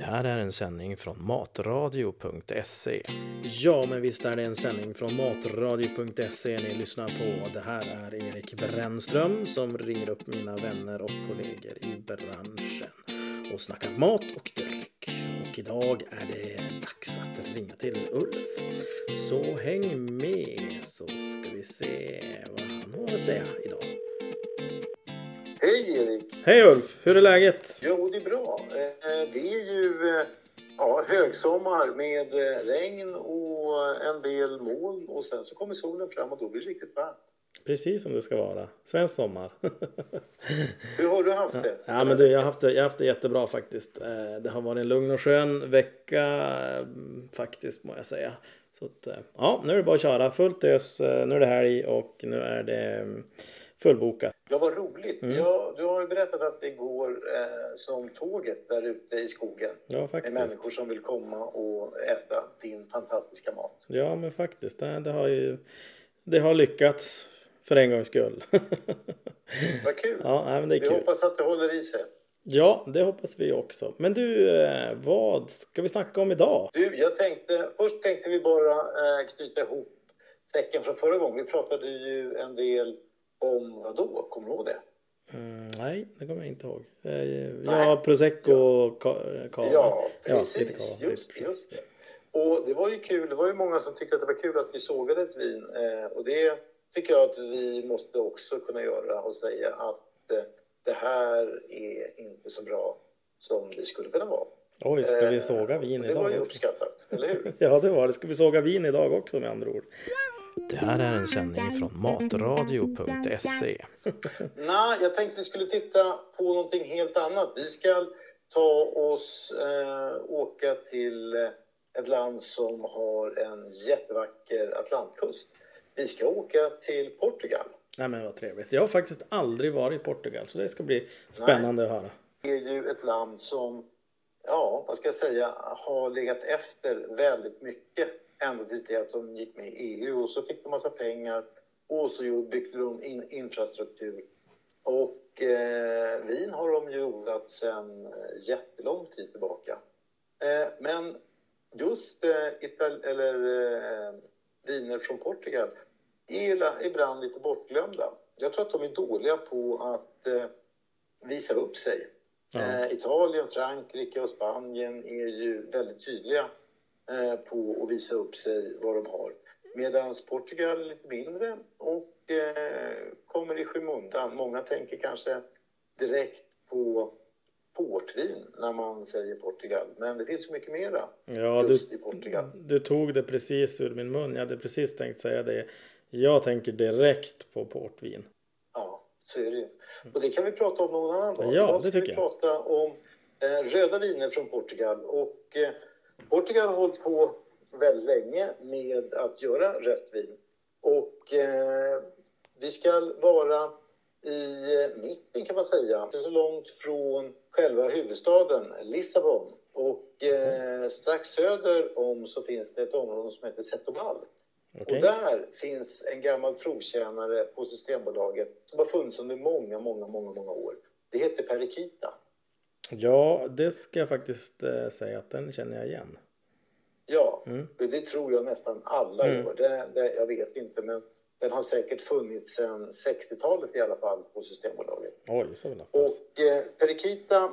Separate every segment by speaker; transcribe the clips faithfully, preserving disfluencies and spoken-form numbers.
Speaker 1: här är en sändning från matradio punkt se. Ja, men visst är det en sändning från matradio punkt se ni lyssnar på. Det här är Erik Brännström som ringer upp mina vänner och kollegor i branschen och snackar mat och dryck. Och idag är det dags att ringa till Ulf. Så häng med så ska vi se vad han har att säga idag.
Speaker 2: Hej Erik!
Speaker 1: Hej Ulf, hur är läget?
Speaker 2: Jo, det är bra. Det är ju ja, högsommar med regn och en del moln och sen så kommer solen fram och då blir det riktigt varmt.
Speaker 1: Precis som det ska vara. Svensk sommar.
Speaker 2: Hur har du haft det?
Speaker 1: Ja, men du, jag har haft det, jag har haft det jättebra faktiskt. Det har varit en lugn och skön vecka faktiskt, må jag säga. Så att, ja, nu är det bara att köra fullt ös. Nu är det helg och nu är det fullbokat.
Speaker 2: Ja, vad roligt.
Speaker 1: Mm.
Speaker 2: Ja, du har ju berättat att det går eh, som tåget där ute i skogen.
Speaker 1: Ja, faktiskt.
Speaker 2: Med människor som vill komma och äta din fantastiska mat.
Speaker 1: Ja, men faktiskt. Det, det har ju det har lyckats för en gångs skull.
Speaker 2: Vad kul.
Speaker 1: Ja, men det är
Speaker 2: vi
Speaker 1: kul.
Speaker 2: hoppas att det håller i sig.
Speaker 1: Ja, det hoppas vi också. Men du, vad ska vi snacka om idag?
Speaker 2: Du, jag tänkte, först tänkte vi bara eh, knyta ihop säcken från förra gången. Vi pratade ju en del om vad då? Kommer du ihåg det?
Speaker 1: Mm, nej, det kommer jag inte ihåg. Eh, ja, prosecco och kava.
Speaker 2: Ja, precis.
Speaker 1: Ja,
Speaker 2: just, just det. Och det var ju kul. Det var ju många som tyckte att det var kul att vi sågade ett vin. Eh, och det tycker jag att vi måste också kunna göra och säga att eh, det här är inte så bra som det skulle kunna vara.
Speaker 1: Oj, ska vi såga vin
Speaker 2: eh,
Speaker 1: idag?
Speaker 2: Det var ju
Speaker 1: också?
Speaker 2: uppskattat, eller hur?
Speaker 1: Ja, det var det. Ska vi såga vin idag också med andra ord? Det här är en sändning från matradio punkt se.
Speaker 2: Nej, jag tänkte vi skulle titta på någonting helt annat. Vi ska ta oss, eh, åka till ett land som har en jättevacker Atlantkust. Vi ska åka till Portugal.
Speaker 1: Nej, men vad trevligt. Jag har faktiskt aldrig varit i Portugal, så det ska bli spännande
Speaker 2: Nej.
Speaker 1: att höra.
Speaker 2: Det är ju ett land som, ja, vad ska jag säga, har legat efter väldigt mycket. Ända tills det att de gick med i E U och så fick de massa pengar och så byggde de in infrastruktur. Och eh, vin har de ju odlat sedan jättelång tid tillbaka. Eh, men just eh, Ital- eller, eh, viner från Portugal är ibland lite bortglömda. Jag tror att de är dåliga på att eh, visa upp sig. Ja. Eh, Italien, Frankrike och Spanien är ju väldigt tydliga på att visa upp sig vad de har. Medan Portugal är lite mindre och eh, kommer i skymundan. Många tänker kanske direkt på portvin när man säger Portugal. Men det finns så mycket mera
Speaker 1: ja,
Speaker 2: just
Speaker 1: du,
Speaker 2: i Portugal.
Speaker 1: Du tog det precis ur min mun. Jag hade precis tänkt säga det. Jag tänker direkt på portvin.
Speaker 2: Ja, så är det ju. Och det kan vi prata om någon annan dag.
Speaker 1: Ja, det tycker
Speaker 2: vi
Speaker 1: jag.
Speaker 2: prata om eh, röda viner från Portugal. Och eh, Portugal har hållit på väldigt länge med att göra rött vin. Och eh, vi ska vara i mitten kan man säga. Inte så långt från själva huvudstaden Lissabon. Och eh, strax söder om så finns det ett område som heter Setúbal. Okay. Och där finns en gammal trotjänare på Systembolaget som har funnits under många, många, många, många år. Det heter Periquita.
Speaker 1: Ja, det ska jag faktiskt eh, säga att den känner jag igen.
Speaker 2: Ja,
Speaker 1: mm.
Speaker 2: det tror jag nästan alla
Speaker 1: mm.
Speaker 2: gör. Det, det, jag vet inte, men den har säkert funnits sedan sextiotalet i alla fall på Systembolaget.
Speaker 1: Oj, så vill
Speaker 2: jag. Och eh, Periquita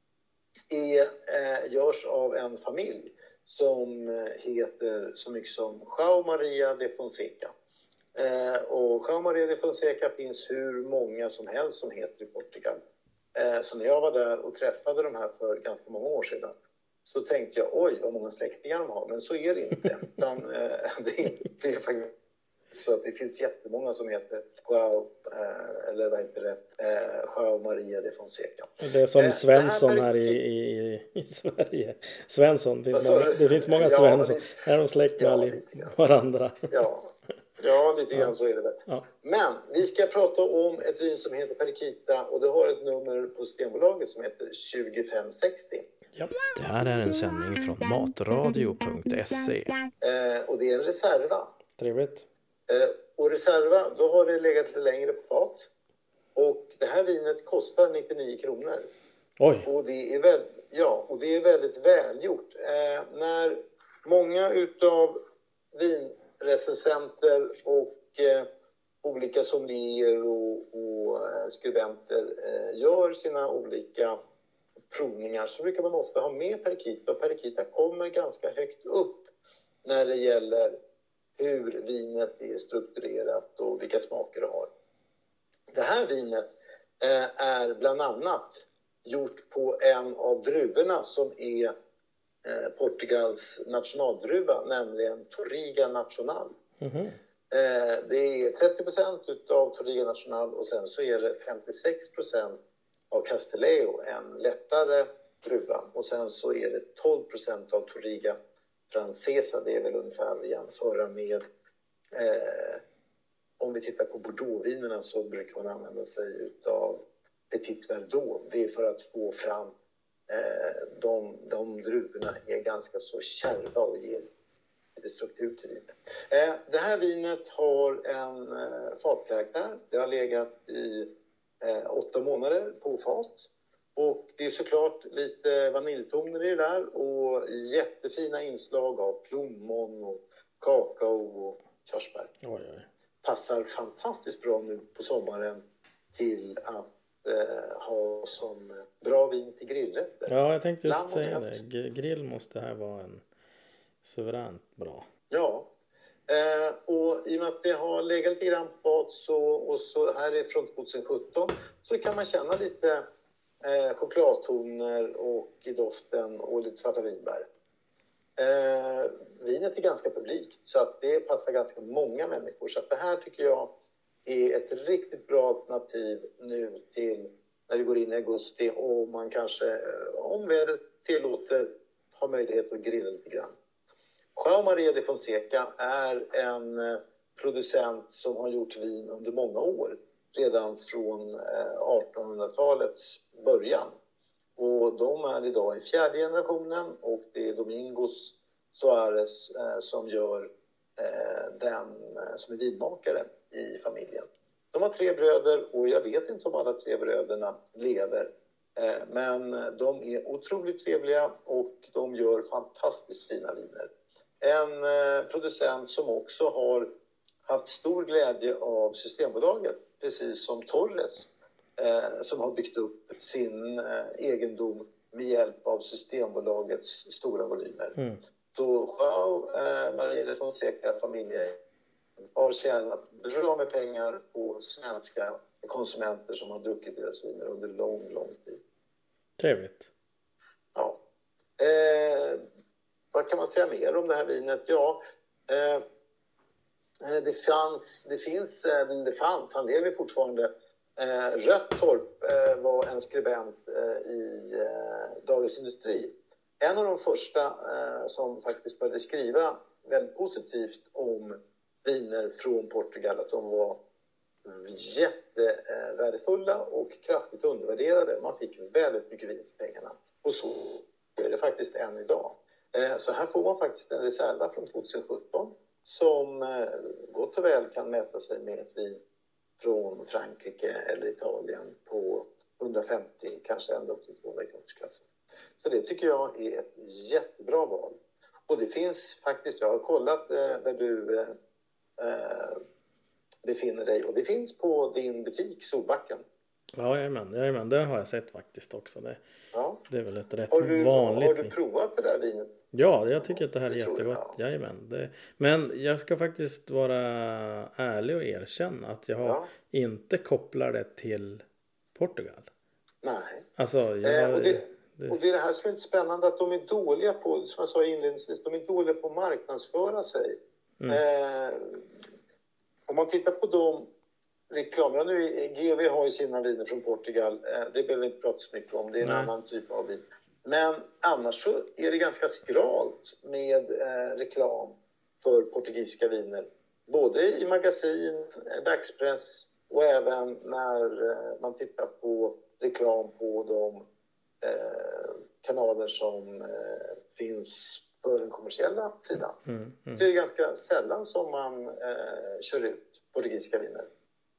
Speaker 2: är, eh, görs av en familj som heter så mycket som João Maria de Fonseca. Eh, och João Maria de Fonseca finns hur många som helst som heter i Portugal. Eh, så när jag var där och träffade de här för ganska många år sedan så tänkte jag, oj vad många släktingar de har. Men så är det inte. Utan, eh, det, är, det är faktiskt så att det finns jättemånga som heter João, eh, eller vad heter det, eh, João Maria de Fonseca.
Speaker 1: Det är som eh, Svensson här, här i, i, i Sverige. Svensson, finns alltså, många, det finns många ja, Svensson. Det, här är de släkt med ja, varandra.
Speaker 2: Ja, ja lite grann ja. Så är det väl.
Speaker 1: Ja.
Speaker 2: Men vi ska prata om ett vin som heter Periquita och det har ett nummer på Systembolaget som heter tjugofem sextio.
Speaker 1: Ja. Det här är en sändning från matradio punkt se.
Speaker 2: Eh, och det är en reserva.
Speaker 1: Trevligt.
Speaker 2: Eh, och reserva, då har det legat lite längre på fat. Och det här vinet kostar nittionio kronor.
Speaker 1: Oj.
Speaker 2: Och det är väl, ja, och det är väldigt välgjort. Eh, när många utav vinrecensenter och eh, olika sommelier och, och eh, skribenter eh, gör sina olika provningar, så brukar man ofta ha med Periquita. Och Periquita kommer ganska högt upp när det gäller hur vinet är strukturerat och vilka smaker det har. Det här vinet eh, är bland annat gjort på en av druvorna som är eh, Portugals nationaldruva, nämligen Touriga Nacional.
Speaker 1: Mm-hmm.
Speaker 2: Eh, det är trettio procent av Touriga Nacional och sen så är det femtiosex procent av Castillejo, en lättare druva. Och sen så är det tolv procent av Touriga Francesa. Det är väl ungefär att jämföra med eh, om vi tittar på Bordeauxvinerna, så brukar man använda sig av Petit Verdot. Det är för att få fram eh, de, de druvorna är ganska så kärva och ger lite struktur till vinet. Eh, det här vinet har en eh, fatkaraktär. Det har legat i eh, åtta månader på fat. Och det är såklart lite vaniljtoner i det där och jättefina inslag av plommon och kakao och körsbär.
Speaker 1: Oj, oj.
Speaker 2: Passar fantastiskt bra nu på sommaren till att eh, ha som bra vin till grillrätter.
Speaker 1: Ja, jag tänkte just
Speaker 2: Lamm och
Speaker 1: säga
Speaker 2: nöt.
Speaker 1: det. G- grill måste här vara en suveränt bra.
Speaker 2: Ja, eh, och i och med att det har legat lite grann på fat så, och så här är från tjugohundrasjutton, så kan man känna lite eh, chokladtoner och i doften och lite svarta vinbär. Eh, vinet är ganska publikt, så att det passar ganska många människor. Så att det här tycker jag är ett riktigt bra alternativ nu till när vi går in i augusti och man kanske, om vädret tillåter, har möjlighet att grilla lite grann. João Maria de Fonseca är en eh, producent som har gjort vin under många år. Redan från eh, artonhundratalets början. Och de är idag i fjärde generationen och det är Domingos Soares eh, som gör eh, den eh, som är vinmakare i familjen. De har tre bröder och jag vet inte om alla tre bröderna lever. Eh, men de är otroligt trevliga och de gör fantastiskt fina viner. En eh, producent som också har haft stor glädje av Systembolaget, precis som Torres, eh, som har byggt upp sin eh, egendom med hjälp av Systembolagets stora volymer. Mm. Så João eh, Maria de Fonseca familjen har tjänat bra med pengar på svenska konsumenter som har druckit deras viner under lång, lång tid.
Speaker 1: Trevligt.
Speaker 2: Ja. Eh, vad kan man säga mer om det här vinet? Ja, eh, det fanns, det finns, det fanns, han lever fortfarande. Eh, Röttorp eh, var en skribent eh, i eh, Dagens Industri. En av de första eh, som faktiskt började skriva väldigt positivt om viner från Portugal, att de var jättevärdefulla och kraftigt undervärderade. Man fick väldigt mycket vin för pengarna. Och så är det faktiskt än idag. Så här får man faktiskt en reserva från tjugohundrasjutton som gott och väl kan mäta sig med ett vin från Frankrike eller Italien på hundrafemtio, kanske ända upp till tvåhundra kronorsklassen. Så det tycker jag är ett jättebra val. Och det finns faktiskt, jag har kollat där du eh, befinner dig, och det finns på din butik Solbacken.
Speaker 1: Ja, jajamän, jajamän, det har jag sett faktiskt också. Det,
Speaker 2: ja.
Speaker 1: det är väl ett rätt
Speaker 2: har du,
Speaker 1: vanligt.
Speaker 2: Har du provat det där vinet?
Speaker 1: Ja, jag tycker att det här är det jättegott.
Speaker 2: Ja.
Speaker 1: Jajamän. Det, men jag ska faktiskt vara ärlig och erkänna att jag har
Speaker 2: ja.
Speaker 1: inte kopplar det till Portugal.
Speaker 2: Nej.
Speaker 1: Alltså, jag,
Speaker 2: eh, och, det,
Speaker 1: det...
Speaker 2: och det är det här som är lite spännande, att de är dåliga på, som jag sa inledningsvis, de är dåliga på att marknadsföra sig. Mm. Eh, om man tittar på de reklamerna nu, G V har ju sina viner från Portugal, eh, det behöver vi inte prata så mycket om, det är en Nej. annan typ av vin. Men annars så är det ganska skralt med eh, reklam för portugisiska viner. Både i magasin, dagspress och även när eh, man tittar på reklam på de eh, kanaler som eh, finns för den kommersiella sidan. Mm, mm. Så det är ganska sällan som man eh, kör ut portugisiska viner.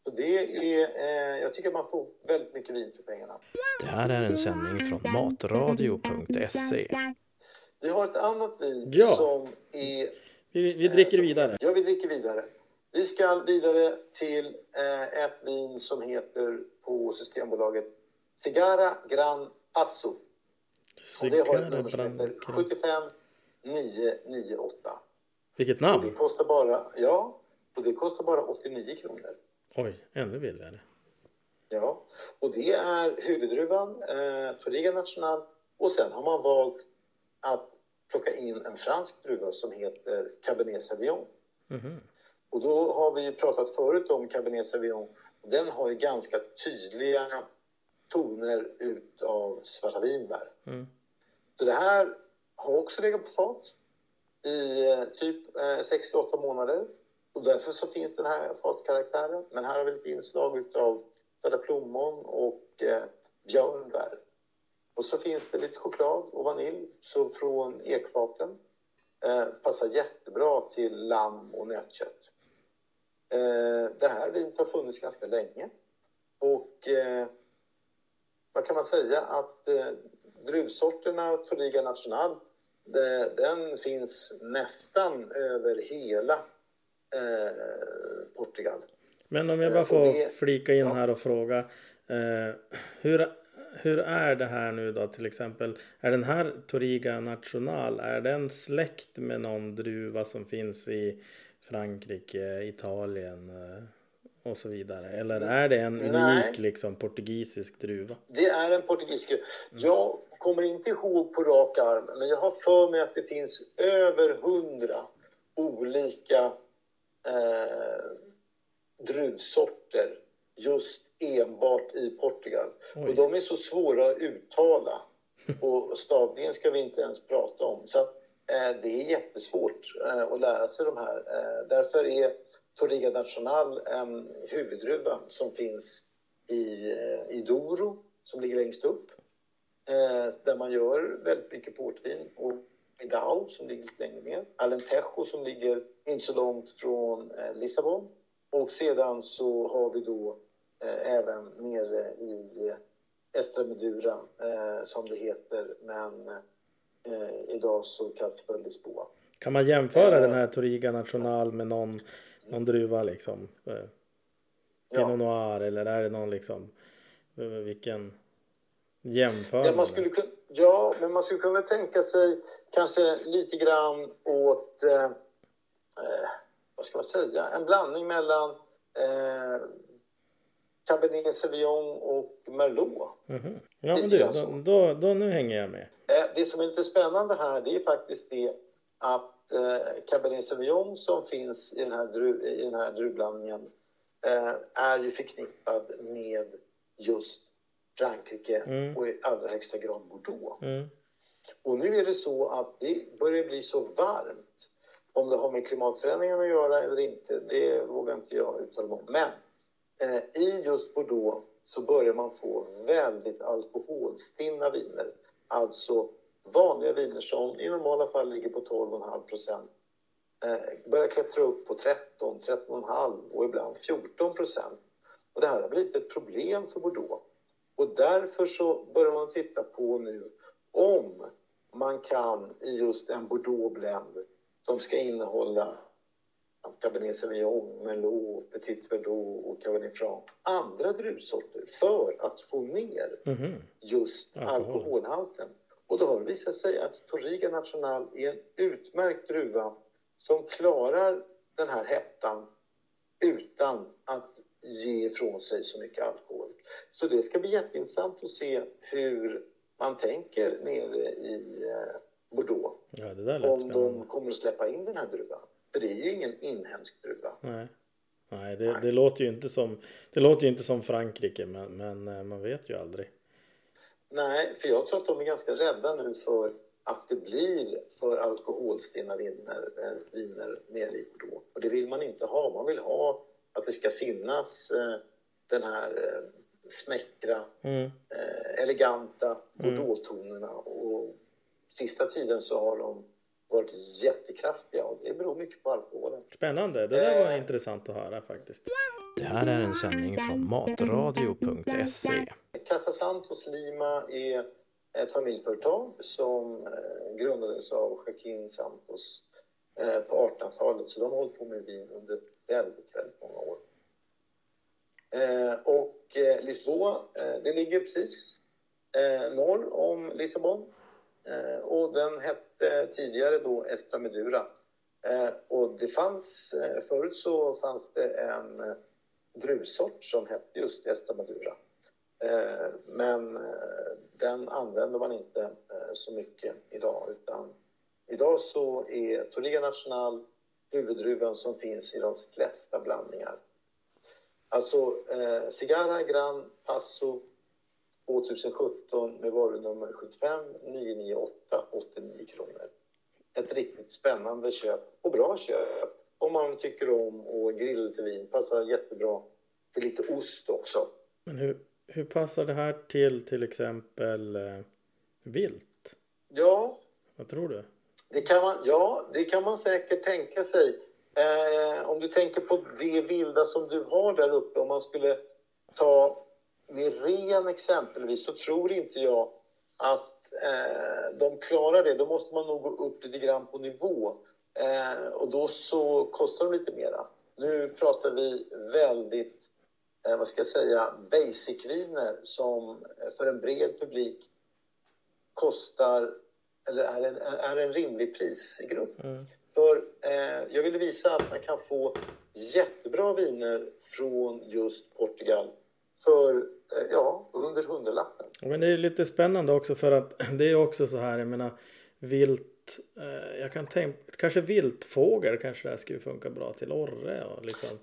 Speaker 2: Så det är, eh, jag tycker man får väldigt mycket vin för pengarna.
Speaker 1: Det här är en sändning från matradio punkt se.
Speaker 2: Vi har ett annat vin
Speaker 1: Ja.
Speaker 2: som är...
Speaker 1: Vi, vi dricker vidare.
Speaker 2: Ja, vi dricker vidare. Vi ska vidare till eh, ett vin som heter på Systembolaget Segarra Gran Passo. Och det har ett nummer som heter sjuttiofem nio nio åtta.
Speaker 1: Vilket
Speaker 2: Och
Speaker 1: namn?
Speaker 2: det kostar bara, ja, och det kostar bara åttionio kronor.
Speaker 1: Oj, ännu billigare.
Speaker 2: Ja, och det är huvuddruvan, eh, Touriga National. Och sen har man valt att plocka in en fransk druva som heter Cabernet Sauvignon.
Speaker 1: Mm-hmm.
Speaker 2: Och då har vi pratat förut om Cabernet Sauvignon. Den har ju ganska tydliga toner ut av svarta vinbär.
Speaker 1: Mm.
Speaker 2: Så det här har också legat på fat i eh, typ eh, sex till åtta månader. Och därför så finns den här fatkaraktären. Men här har vi lite inslag av röda plommon och eh, björnbär. Och så finns det lite choklad och vanilj så från ekfaten. Eh, passar jättebra till lamm och nötkött. Eh, det här vinet har funnits ganska länge. Och eh, vad kan man säga? Att eh, druvsorterna Touriga National, det, den finns nästan över hela eh, Portugal.
Speaker 1: Men om jag bara får det, flika in
Speaker 2: ja.
Speaker 1: här och fråga. Eh, hur, hur är det här nu då till exempel? Är den här Touriga National, är den släkt med någon druva som finns i Frankrike, Italien och så vidare? Eller är det en
Speaker 2: Nej.
Speaker 1: unik liksom portugisisk druva?
Speaker 2: Det är en portugisisk. Mm. Jag kommer inte ihåg på rak arm, men jag har för mig att det finns över hundra olika eh, druvsorter just enbart i Portugal. Oj. Och de är så svåra att uttala. Och stavningen ska vi inte ens prata om. Så eh, det är jättesvårt eh, att lära sig de här. Eh, därför är Touriga National en huvuddruva som finns i, eh, i Douro, som ligger längst upp. Eh, där man gör väldigt mycket portvin. Och Midao som ligger lite längre ner. Alentejo som ligger inte så långt från eh, Lissabon. Och sedan så har vi då eh, även nere i eh, Estremadura eh, som det heter. Men eh, idag så kallas det för Lisboa.
Speaker 1: Kan man jämföra eh, den här Touriga National med någon, någon druva liksom? Eh, Pinot ja. Noir eller är det någon liksom? Eh, vilken jämförelse?
Speaker 2: Ja, man skulle kunna, ja, men man skulle kunna tänka sig kanske lite grann åt... Eh, eh, vad ska man säga, en blandning mellan eh, Cabernet Sauvignon och Merlot.
Speaker 1: Mm-hmm. Ja, men du, då, då, då nu hänger jag med.
Speaker 2: Eh, det som är lite spännande här, det är faktiskt det att eh, Cabernet Sauvignon som finns i den här, dru, i den här druvblandningen eh, är ju förknippad med just Frankrike mm. och i allra högsta grad Bordeaux. Mm. Och nu är det så att det börjar bli så varmt. Om det har med klimatförändringen att göra eller inte, det vågar inte jag uttala mig om. Men eh, i just Bordeaux så börjar man få väldigt alkoholstinna viner. Alltså vanliga viner som i normala fall ligger på tolv komma fem procent. Eh, börjar klättra upp på tretton, tretton komma fem och ibland fjorton procent. Och det här har blivit ett problem för Bordeaux. Och därför så börjar man titta på nu om man kan i just en Bordeaux-blend som ska innehålla Cabernet Sauvignon, Merlot, Petit Verdot och Cabernet Franc. Andra druvsorter för att få ner mm-hmm. just Alkohol. alkoholhalten. Och då har det visat sig att Touriga National är en utmärkt druva som klarar den här hettan utan att ge ifrån sig så mycket alkohol. Så det ska bli jätteintressant att se hur man tänker nere i Bordeaux.
Speaker 1: Ja, det där
Speaker 2: om de kommer att släppa in den här druvan. För det är ju ingen inhemsk druva.
Speaker 1: Nej, Nej, det, Nej. det låter ju inte som det låter ju inte som Frankrike, men, men man vet ju aldrig.
Speaker 2: Nej, för jag tror att de är ganska rädda nu för att det blir för alkoholstinna viner, viner nere i Bordeaux. Och det vill man inte ha. Man vill ha att det ska finnas eh, den här eh, smäckra, mm. eh, eleganta Bordeaux-tonerna. Och sista tiden så har de varit jättekraftiga och det beror mycket på alkoholen.
Speaker 1: Spännande, det där var eh. intressant att höra faktiskt. Det här är en sändning från matradio punkt se.
Speaker 2: Casa Santos Lima är ett familjeföretag som grundades av Joaquín Santos på artonhundratalet. Så de har hållit på med vin under väldigt, väldigt många år. Och Lisboa, det ligger precis norr om Lissabon. Och den hette tidigare då Estremadura. Och det fanns, förut så fanns det en druvsort som hette just Estremadura. Men den använder man inte så mycket idag, utan idag så är Touriga Nacional huvuddruvan som finns i de flesta blandningar. Alltså eh, Segarra Gran Paso tjugosjutton med varunummer sjuttiofem nio nio åtta åttionio kronor. Ett riktigt spännande köp och bra köp om man tycker om att grilla lite vin. Passar jättebra till lite ost också.
Speaker 1: Men hur, hur passar det här till till exempel eh, vilt?
Speaker 2: Ja.
Speaker 1: Vad tror du?
Speaker 2: Det kan man, ja, det kan man säkert tänka sig. Eh, om du tänker på det vilda som du har där uppe, om man skulle ta med ren exempelvis, så tror inte jag att eh, de klarar det. Då måste man nog gå upp lite grann på nivå. Eh, och då så kostar de lite mera. Nu pratar vi väldigt, eh, vad ska jag säga, basic-viner som för en bred publik kostar, eller är en, är en rimlig prisgrupp. Mm. För eh, jag ville visa att man kan få jättebra viner från just Portugal för, eh, ja, under hundralappen.
Speaker 1: Men det är lite spännande också, för att det är också så här, jag menar, vilt, eh, jag kan tänka, kanske viltfågel kanske det skulle funka bra till orre och liksom.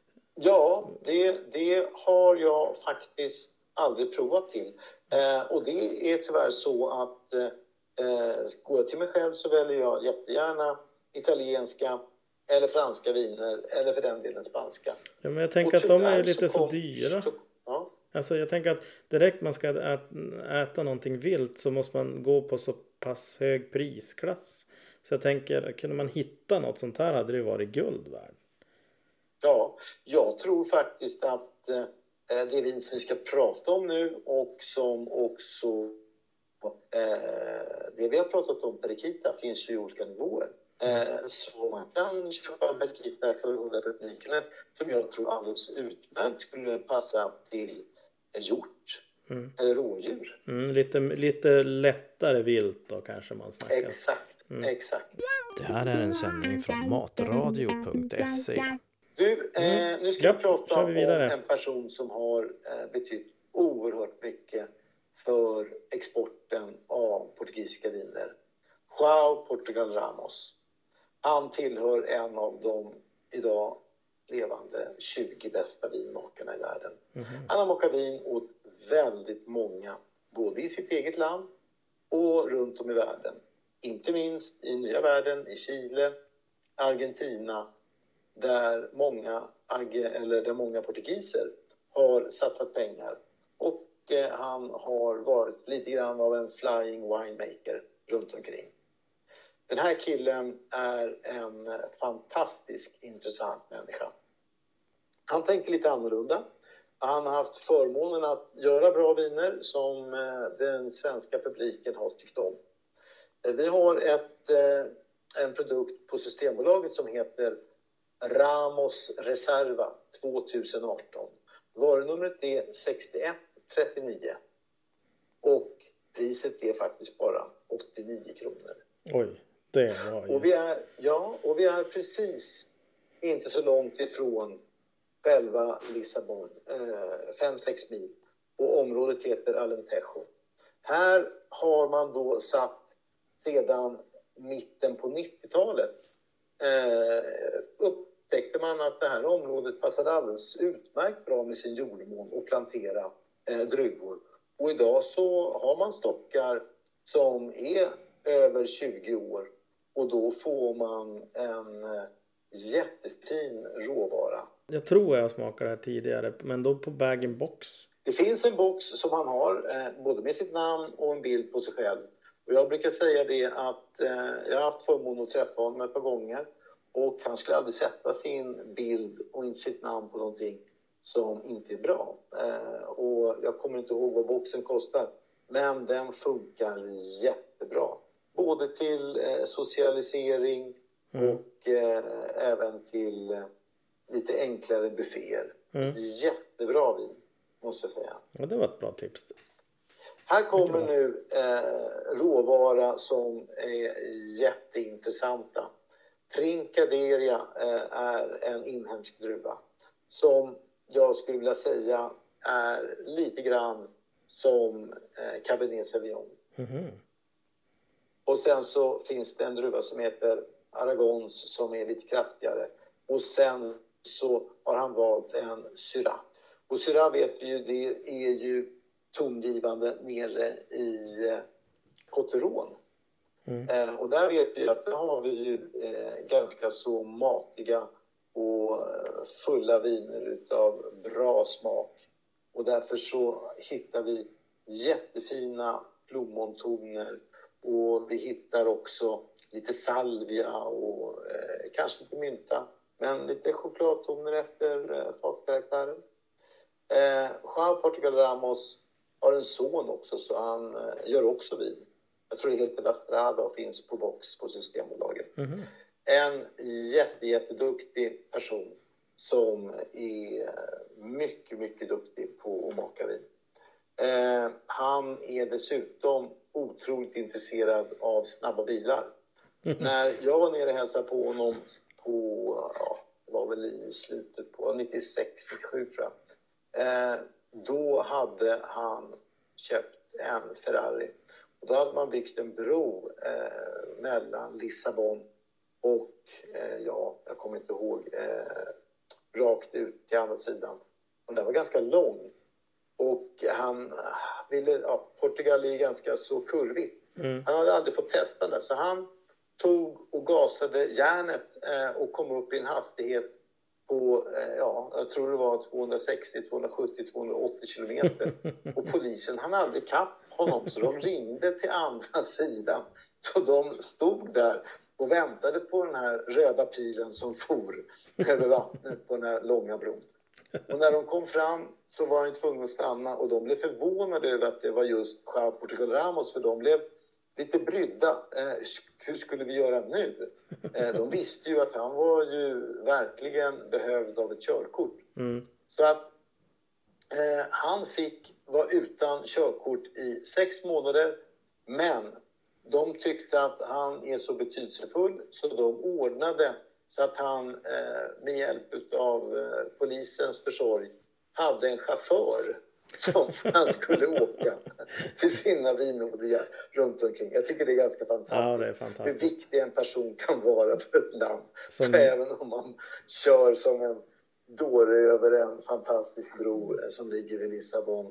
Speaker 2: Ja, det, det har jag faktiskt aldrig provat till. Eh, och det är tyvärr så att eh, går jag till mig själv så väljer jag jättegärna italienska eller franska viner, eller för den delen spanska.
Speaker 1: Ja, men jag tänker att de är lite så,
Speaker 2: kom,
Speaker 1: dyra.
Speaker 2: så, ja.
Speaker 1: Alltså jag tänker att direkt man ska äta, äta någonting vilt så måste man gå på så pass hög prisklass. Så jag tänker, kunde man hitta något sånt här hade det varit guld värd.
Speaker 2: Ja, jag tror faktiskt att eh, det vin som vi ska prata om nu och som också eh, det vi har pratat om, Periquita, finns ju i olika nivåer. Eh, så man kan köpa en Periquita för hundrafyrtionio kronor som jag tror alldeles utmärkt skulle passa till hjort mm. eller rådjur.
Speaker 1: Mm, lite, lite lättare vilt då kanske man snackar.
Speaker 2: Exakt, mm. exakt.
Speaker 1: Det här är en sändning från matradio punkt se.
Speaker 2: Du, eh, nu ska
Speaker 1: ja,
Speaker 2: vi prata
Speaker 1: vi
Speaker 2: om en person som har eh, betytt oerhört mycket för exporten av portugisiska viner. João Portugal Ramos. Han tillhör en av de idag levande tjugo bästa vinmakarna i världen. Mm-hmm. Han har makat vin åt väldigt många, både i sitt eget land och runt om i världen. Inte minst i nya världen, i Chile, Argentina, där många, eller där många portugiser har satsat pengar. Och eh, han har varit lite grann av en flying winemaker runt omkring. Den här killen är en fantastisk intressant människa. Han tänker lite annorlunda. Han har haft förmånen att göra bra viner som den svenska publiken har tyckt om. Vi har ett, en produkt på Systembolaget som heter Ramos Reserva tjugoarton. Varunumret är sextioett trettionio. Och priset är faktiskt bara åttionio kronor.
Speaker 1: Oj, det var ju...
Speaker 2: Och vi är, ja, och vi är precis inte så långt ifrån själva Lissabon. fem sex mil. Och området heter Alentejo. Här har man då satt sedan mitten på nittiotalet. Eh, upptäckte man att det här området passade alldeles utmärkt bra med sin jordmån och plantera eh, druvor. Och idag så har man stockar som är över tjugo år och då får man en eh, jättefin råvara.
Speaker 1: Jag tror jag smakade det här tidigare, men då på bag-in-box.
Speaker 2: Det finns en box som han har, eh, både med sitt namn och en bild på sig själv. Och jag brukar säga det att eh, jag har haft förmånen att träffa honom ett par gånger. Och han skulle aldrig sätta sin bild och inte sitt namn på någonting som inte är bra. Eh, och jag kommer inte ihåg vad boxen kostar. Men den funkar jättebra. Både till eh, socialisering mm. och eh, även till eh, lite enklare bufféer. Mm. Jättebra vin, måste jag säga.
Speaker 1: Ja, det var ett bra tips.
Speaker 2: Här kommer nu eh, råvara som är jätteintressanta. Trincaderia eh, är en inhemsk druva som jag skulle vilja säga är lite grann som eh, Cabernet Sauvignon. Mm-hmm. Och sen så finns det en druva som heter Aragons som är lite kraftigare. Och sen så har han valt en Syrah. Och Syrah vet vi ju, det är ju tongivande nere i eh, Cotteron. Mm. Eh, och där vet vi att där har vi ju eh, ganska så matiga och eh, fulla viner utav bra smak. Och därför så hittar vi jättefina plommontoner och vi hittar också lite salvia och eh, kanske lite mynta. Men lite chokladtoner efter eh, fatkaraktären. Eh, João Portugal Ramos har en son också så han eh, gör också vin. Jag tror det heter La Strada och finns på box på Systembolaget. Mm-hmm. En jätte, jätteduktig person som är mycket, mycket duktig på att maka vin. Eh, han är dessutom otroligt intresserad av snabba bilar. Mm-hmm. När jag var nere och hälsade på honom på, ja, det var väl i slutet på nittiosex nittiosju tror jag. Eh, då hade han köpt en Ferrari. Och då hade man byggt en bro eh, mellan Lissabon och, eh, ja, jag kommer inte ihåg, eh, rakt ut till andra sidan. Och den var ganska lång. Och han ville, ja, Portugal är ganska så kurvigt. Mm. Han hade aldrig fått testa det. Så han tog och gasade järnet eh, och kom upp i en hastighet på, eh, ja, jag tror det var tvåhundrasextio, tvåhundrasjuttio, tvåhundraåttio kilometer. Och polisen, han hade kapp honom så de ringde till andra sidan. Så de stod där och väntade på den här röda pilen som for över vattnet på den här långa bron. Och när de kom fram så var han tvungen att stanna och de blev förvånade över att det var just João Portugal Ramos, för de blev lite brydda. Eh, hur skulle vi göra nu? Eh, de visste ju att han var ju verkligen behövd av ett körkort. Mm. Så att eh, han fick vara utan körkort i sex månader, men de tyckte att han är så betydelsefull så de ordnade så att han eh, med hjälp av eh, polisens försorg hade en chaufför som han skulle åka till sina vinodlingar runt omkring. Jag tycker det är ganska fantastiskt.
Speaker 1: Ja, det är fantastiskt.
Speaker 2: Hur viktig en person kan vara för ett land.
Speaker 1: Som...
Speaker 2: Så även om man kör som en dåre över en fantastisk bro som ligger vid Lissabon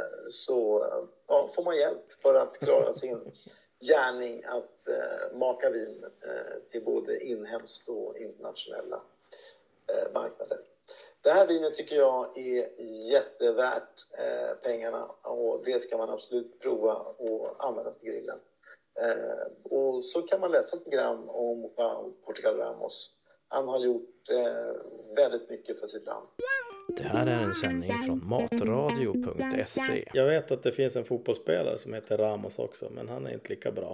Speaker 2: så ja, får man hjälp för att klara sin gärning att eh, maka vin eh, till både inhemskt och internationella eh, marknader. Det här vinet tycker jag är jättevärt eh, pengarna och det ska man absolut prova och använda på grillen. Eh, och så kan man läsa lite grann om João Portugal Ramos. Han har gjort eh, väldigt mycket för sitt land.
Speaker 1: Det här är en sändning från matradio punkt se. Jag vet att det finns en fotbollsspelare som heter Ramos också, men han är inte lika bra.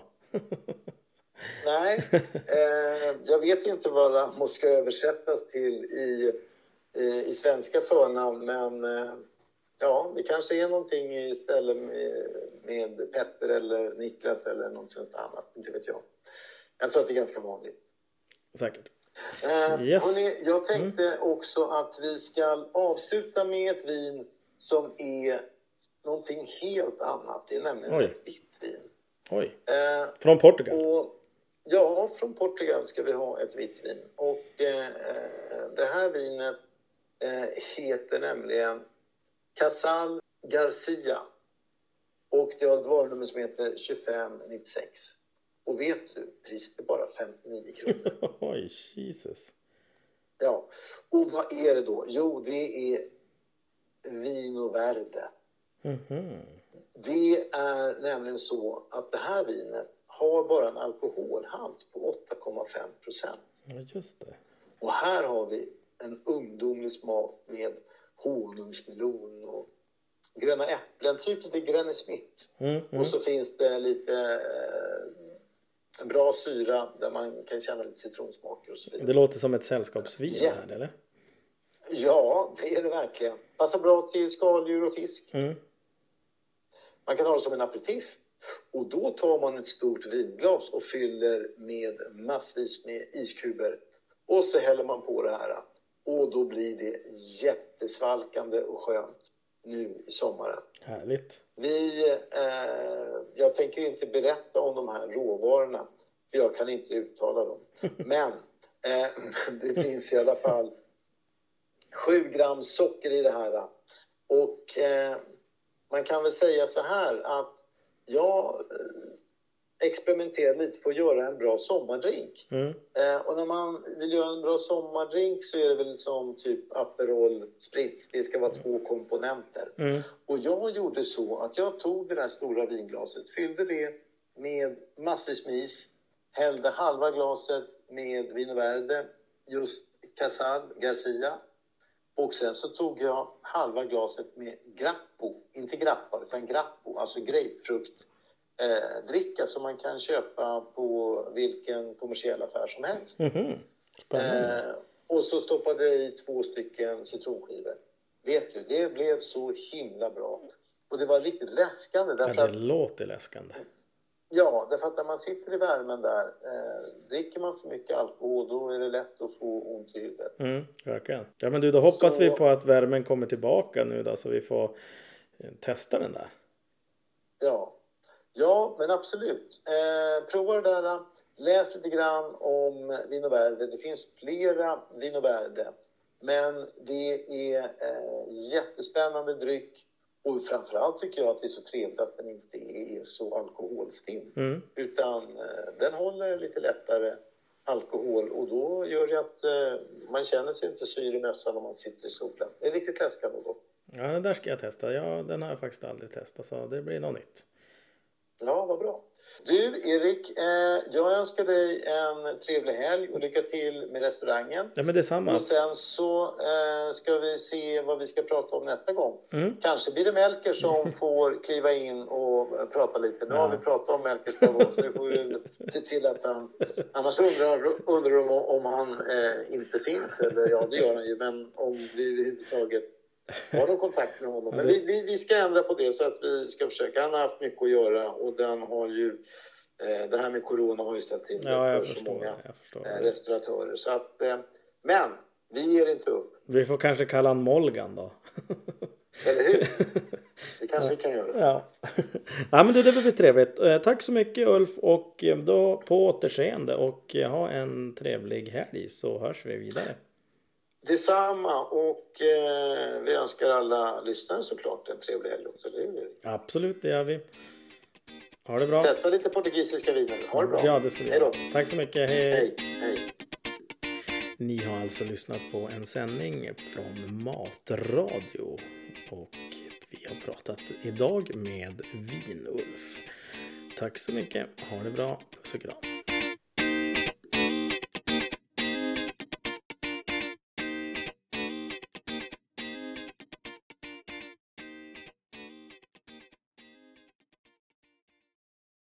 Speaker 2: Nej, eh, jag vet inte vad Ramos ska översättas till i, i, i svenska förnamn, men eh, ja, det kanske är någonting istället med, med Petter eller Niklas eller något sånt annat, inte vet jag. Jag tror att det är ganska vanligt.
Speaker 1: Säkert.
Speaker 2: Eh, yes. Hörrni, jag tänkte mm. också att vi ska avsluta med ett vin som är någonting helt annat. Det är nämligen Oj. ett vitt vin.
Speaker 1: Oj. Eh, från Portugal?
Speaker 2: Och, ja, från Portugal ska vi ha ett vitt vin. Och eh, det här vinet eh, heter nämligen Casal Garcia. Och det har ett varunummer som heter tjugofem nittiosex. Och vet du, priset är bara femtionio kronor.
Speaker 1: Oj, Jesus.
Speaker 2: Ja, och vad är det då? Jo, det är Vinho Verde. Mm-hmm. Det är nämligen så att det här vinet har bara en alkoholhalt på åtta komma fem procent.
Speaker 1: Ja, just det.
Speaker 2: Och här har vi en ungdomlig smak med honungsmelon och gröna äpplen, typ lite Granny Smith.
Speaker 1: Mm, mm.
Speaker 2: Och så finns det lite eh, bra syra där man kan känna lite citronsmaker och så vidare.
Speaker 1: Det låter som ett sällskapsvin
Speaker 2: Ja.
Speaker 1: här, eller?
Speaker 2: Ja, det är det verkligen. Passar bra till skaldjur och fisk.
Speaker 1: Mm.
Speaker 2: Man kan ha det som en aperitif. Och då tar man ett stort vinglas och fyller med massvis med iskuber. Och så häller man på det här. Och då blir det jättesvalkande och skönt nu i sommaren.
Speaker 1: Härligt.
Speaker 2: Vi, eh, jag tänker inte berätta om de här råvarorna. För jag kan inte uttala dem. Men eh, det finns i alla fall sju gram socker i det här. Och eh, man kan väl säga så här att jag experimenterar lite för att göra en bra sommardrink.
Speaker 1: Mm.
Speaker 2: Eh, och när man vill göra en bra sommardrink så är det väl som typ Aperol Spritz. Det ska vara mm. två komponenter. Mm. Och jag gjorde så att jag tog det där stora vinglaset, fyllde det med massvis med is, hällde halva glaset med Vino Verde, just Casal Garcia. Och sen så tog jag halva glaset med Grappo, inte grappa utan Grappo, alltså grapefrukt. Eh, dricka som man kan köpa på vilken kommersiell affär som helst.
Speaker 1: Mm-hmm.
Speaker 2: Eh, och så stoppade jag i två stycken citronskivor. Vet du, det blev så himla bra. Och det var riktigt läskande.
Speaker 1: Ja, det
Speaker 2: att,
Speaker 1: låter läskande.
Speaker 2: Ja, därför att när man sitter i värmen där, eh, dricker man för mycket alkohol, då är det lätt att få ont i huvudet.
Speaker 1: Mm, verkligen. Ja, men du, då hoppas
Speaker 2: så...
Speaker 1: vi på att värmen kommer tillbaka nu då, så vi får eh, testa den där.
Speaker 2: Ja. Ja, men absolut. Eh, prova det där. Läs lite grann om Vino Verde. Det finns flera Vino Verde. Men det är eh, jättespännande dryck. Och framförallt tycker jag att det är så trevligt att den inte är så alkoholstinn. Mm. Utan eh, den håller lite lättare alkohol. Och då gör det att eh, man känner sig inte syr i mössan om man sitter i solen. Det är riktigt läskande då.
Speaker 1: Ja, den där ska jag testa. Ja, den har jag faktiskt aldrig testat. Så det blir något nytt.
Speaker 2: Ja, vad bra. Du, Erik, eh, jag önskar dig en trevlig helg och lycka till med restaurangen.
Speaker 1: Ja, men detsamma.
Speaker 2: Och sen så eh, ska vi se vad vi ska prata om nästa gång.
Speaker 1: Mm.
Speaker 2: Kanske blir det Melker som får kliva in och prata lite. Nu ja. har vi pratat om Melkers gång, så nu får vi se till att han... Annars undrar, undrar om, om han eh, inte finns, eller ja, det gör han ju. Men om vi överhuvudtaget har någon kontakt med honom. Men vi, vi, vi ska ändra på det så att vi ska försöka. Han har haft mycket att göra och den har ju, eh, det här med corona har ju ställt till
Speaker 1: ja,
Speaker 2: för
Speaker 1: förstår,
Speaker 2: så många
Speaker 1: eh,
Speaker 2: restauratörer. Så att, eh, men vi ger inte upp.
Speaker 1: Vi får kanske kalla han Molgan då.
Speaker 2: Eller hur? Det kanske vi kan göra.
Speaker 1: Ja. Ja, men det, det blir trevligt. Eh, tack så mycket Ulf, och då på återseende, och ha en trevlig helg, så hörs vi vidare.
Speaker 2: Detsamma, och eh, vi önskar alla lyssnare såklart en trevlig helg också. Det är
Speaker 1: absolut, det gör vi. Ha det bra.
Speaker 2: Testa lite portugisiska viner. Ha det bra.
Speaker 1: Ja, det ska vi göra. Tack så mycket. Hej.
Speaker 2: Hej. Hej.
Speaker 1: Ni har alltså lyssnat på en sändning från Matradio, och vi har pratat idag med Vin-Ulf. Tack så mycket. Ha det bra. Puss och kram.